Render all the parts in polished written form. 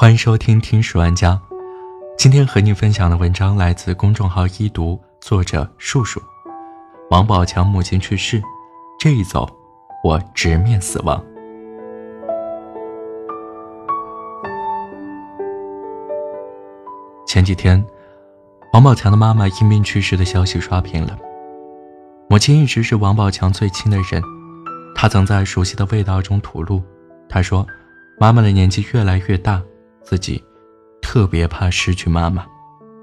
欢迎收听听史玩家。今天和你分享的文章来自公众号一读，作者树树。王宝强母亲去世，这一走我直面死亡。前几天，王宝强的妈妈因病去世的消息刷屏了。母亲一直是王宝强最亲的人，他曾在熟悉的味道中吐露。他说，妈妈的年纪越来越大，自己特别怕失去妈妈。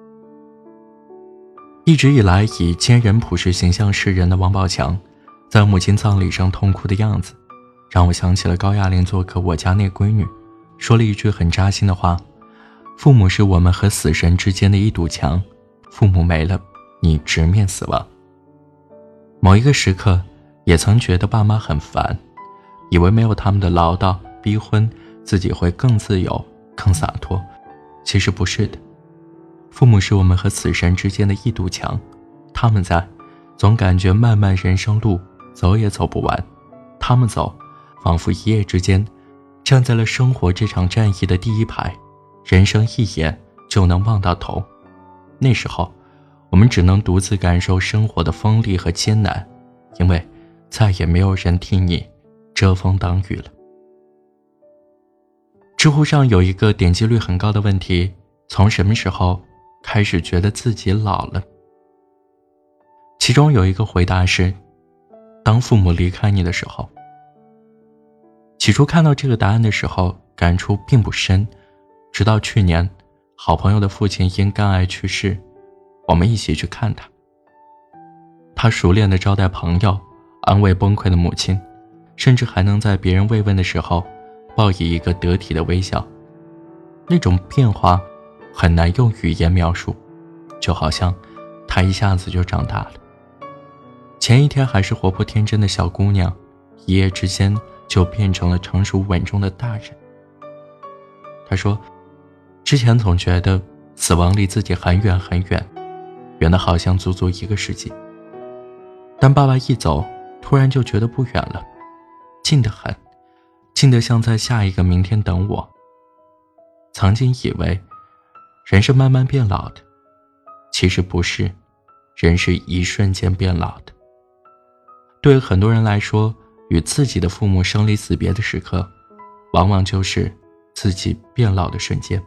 一直以来以坚韧朴实形象示人的王宝强，在母亲葬礼上痛哭的样子，让我想起了高亚麟做客我家那闺女，说了一句很扎心的话：父母是我们和死神之间的一堵墙，父母没了，你直面死亡。某一个时刻，也曾觉得爸妈很烦，以为没有他们的唠叨逼婚，自己会更自由更洒脱。其实不是的，父母是我们和死神之间的一堵墙，他们在，总感觉漫漫人生路走也走不完，他们走，仿佛一夜之间站在了生活这场战役的第一排，人生一眼就能望到头。那时候我们只能独自感受生活的锋利和艰难，因为再也没有人替你遮风挡雨了。知乎上有一个点击率很高的问题：从什么时候开始觉得自己老了？其中有一个回答是：当父母离开你的时候。起初看到这个答案的时候，感触并不深，直到去年，好朋友的父亲因肝癌去世，我们一起去看他。他熟练地招待朋友，安慰崩溃的母亲，甚至还能在别人慰问的时候报以一个得体的微笑。那种变化很难用语言描述，就好像他一下子就长大了。前一天还是活泼天真的小姑娘，一夜之间就变成了成熟稳重的大人。他说，之前总觉得死亡离自己很远很远，远得好像足足1个世纪。但爸爸一走，突然就觉得不远了，近得很，近得像在下一个明天等我。曾经以为人是慢慢变老的，其实不是，人是一瞬间变老的。对于很多人来说，与自己的父母生离死别的时刻，往往就是自己变老的瞬间。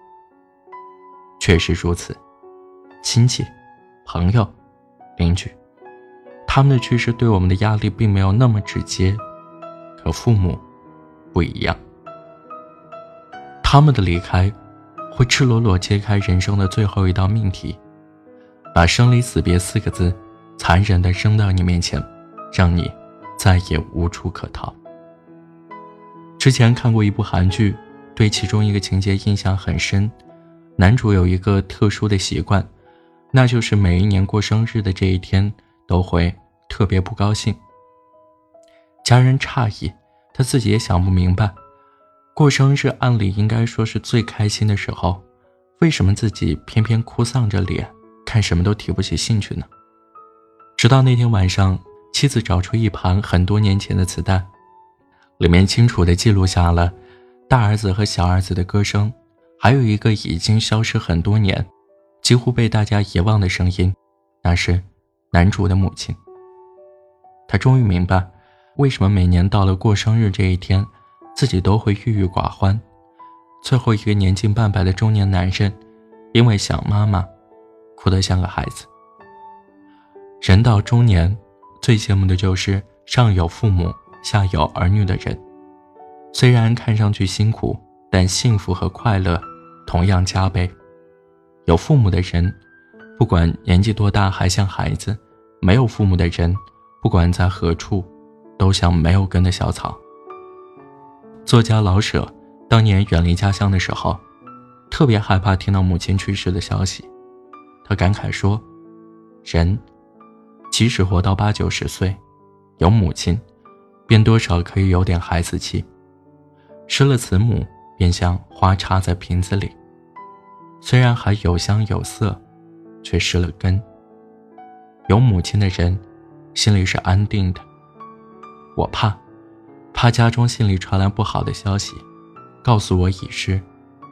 确实如此，亲戚、朋友、邻居，他们的去世对我们的压力并没有那么直接，可父母不一样。他们的离开会赤裸裸揭开人生的最后一道命题，把生离死别4个字残忍地扔到你面前，让你再也无处可逃。之前看过一部韩剧，对其中一个情节印象很深。男主有一个特殊的习惯，那就是每一年过生日的这一天都会特别不高兴。家人诧异，他自己也想不明白，过生日按理应该说是最开心的时候，为什么自己偏偏哭丧着脸，看什么都提不起兴趣呢？直到那天晚上，妻子找出一盘很多年前的磁带，里面清楚地记录下了大儿子和小儿子的歌声，还有一个已经消失很多年，几乎被大家遗忘的声音，那是男主的母亲。他终于明白，为什么每年到了过生日这一天，自己都会郁郁寡欢。最后一个年近半百的中年男人，因为想妈妈，哭得像个孩子。人到中年，最羡慕的就是上有父母，下有儿女的人。虽然看上去辛苦，但幸福和快乐同样加倍。有父母的人，不管年纪多大还像孩子；没有父母的人，不管在何处，都像没有根的小草。作家老舍当年远离家乡的时候，特别害怕听到母亲去世的消息。他感慨说，人即使活到80、90岁，有母亲，便多少可以有点孩子气。失了慈母，便像花插在瓶子里，虽然还有香有色，却失了根。有母亲的人，心里是安定的。我怕家中信里传来不好的消息，告诉我已逝，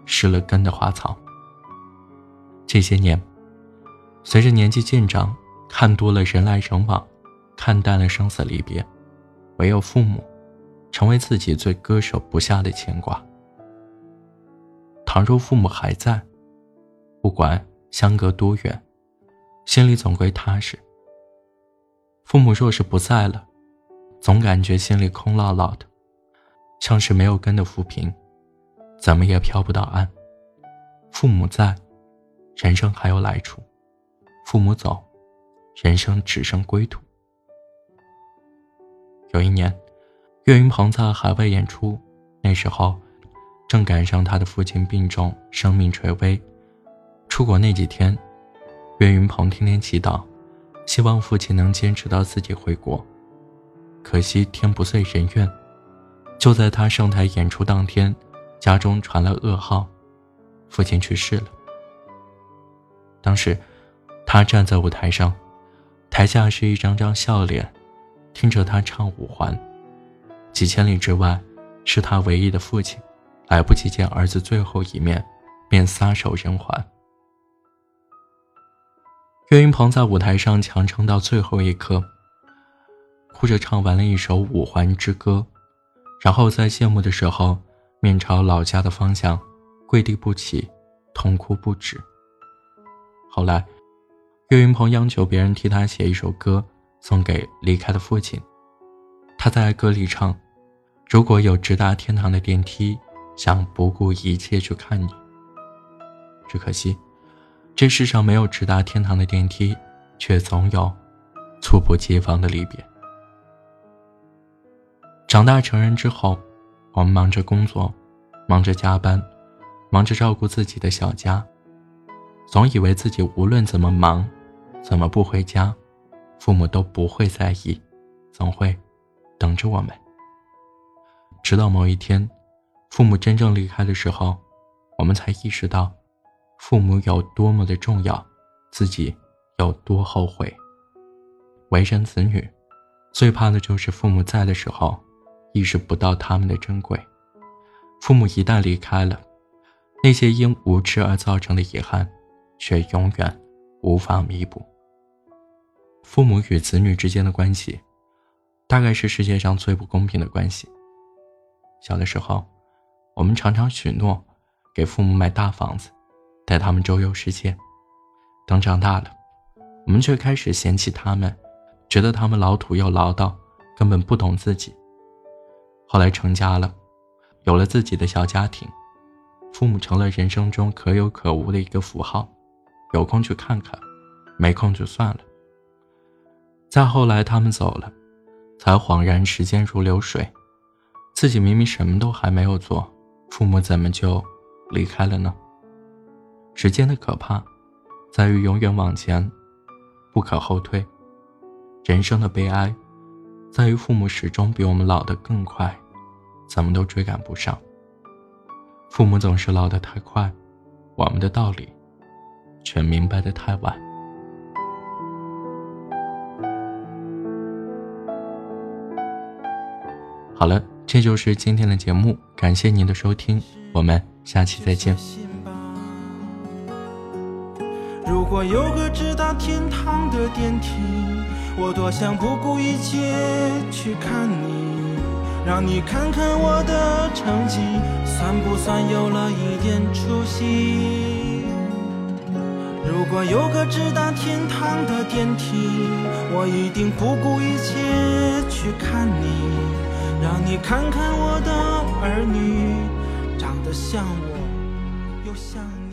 失了根的花草。这些年，随着年纪渐长，看多了人来人往，看淡了生死离别，唯有父母成为自己最割舍不下的牵挂。倘若父母还在，不管相隔多远，心里总归踏实。父母若是不在了，总感觉心里空落落的，像是没有根的浮萍，怎么也飘不到岸。父母在，人生还有来处；父母走，人生只剩归途。有一年，岳云鹏在海外演出，那时候正赶上他的父亲病重，生命垂危。出国那几天，岳云鹏天天祈祷，希望父亲能坚持到自己回国。可惜天不遂人愿，就在他上台演出当天，家中传来噩耗，父亲去世了。当时他站在舞台上，台下是一张张笑脸，听着他唱五环。几千里之外，是他唯一的父亲，来不及见儿子最后一面，便撒手人寰。岳云鹏在舞台上强撑到最后一刻，哭着唱完了一首五环之歌，然后在谢幕的时候，面朝老家的方向，跪地不起，痛哭不止。后来，岳云鹏央求别人替他写一首歌，送给离开的父亲。他在歌里唱：如果有直达天堂的电梯，想不顾一切去看你。只可惜，这世上没有直达天堂的电梯，却总有猝不及防的离别。长大成人之后，我们忙着工作，忙着加班，忙着照顾自己的小家，总以为自己无论怎么忙，怎么不回家，父母都不会在意，总会等着我们。直到某一天，父母真正离开的时候，我们才意识到父母有多么的重要，自己有多后悔。为人子女，最怕的就是父母在的时候意识不到他们的珍贵。父母一旦离开了，那些因无知而造成的遗憾却永远无法弥补。父母与子女之间的关系，大概是世界上最不公平的关系。小的时候，我们常常许诺给父母买大房子，带他们周游世界。等长大了，我们却开始嫌弃他们，觉得他们老土又唠叨，根本不懂自己。后来成家了，有了自己的小家庭，父母成了人生中可有可无的一个符号，有空去看看，没空就算了。再后来他们走了，才恍然时间如流水，自己明明什么都还没有做，父母怎么就离开了呢？时间的可怕在于永远往前，不可后退。人生的悲哀在于父母始终比我们老得更快，怎么都追赶不上。父母总是老得太快，我们的道理却明白得太晚。好了，这就是今天的节目，感谢您的收听，我们下期再见。 如果有个直达天堂的电梯，我多想不顾一切去看你，让你看看我的成绩算不算有了一点出息。如果有个直达天堂的电梯，我一定不顾一切去看你，让你看看我的儿女，长得像我又像你。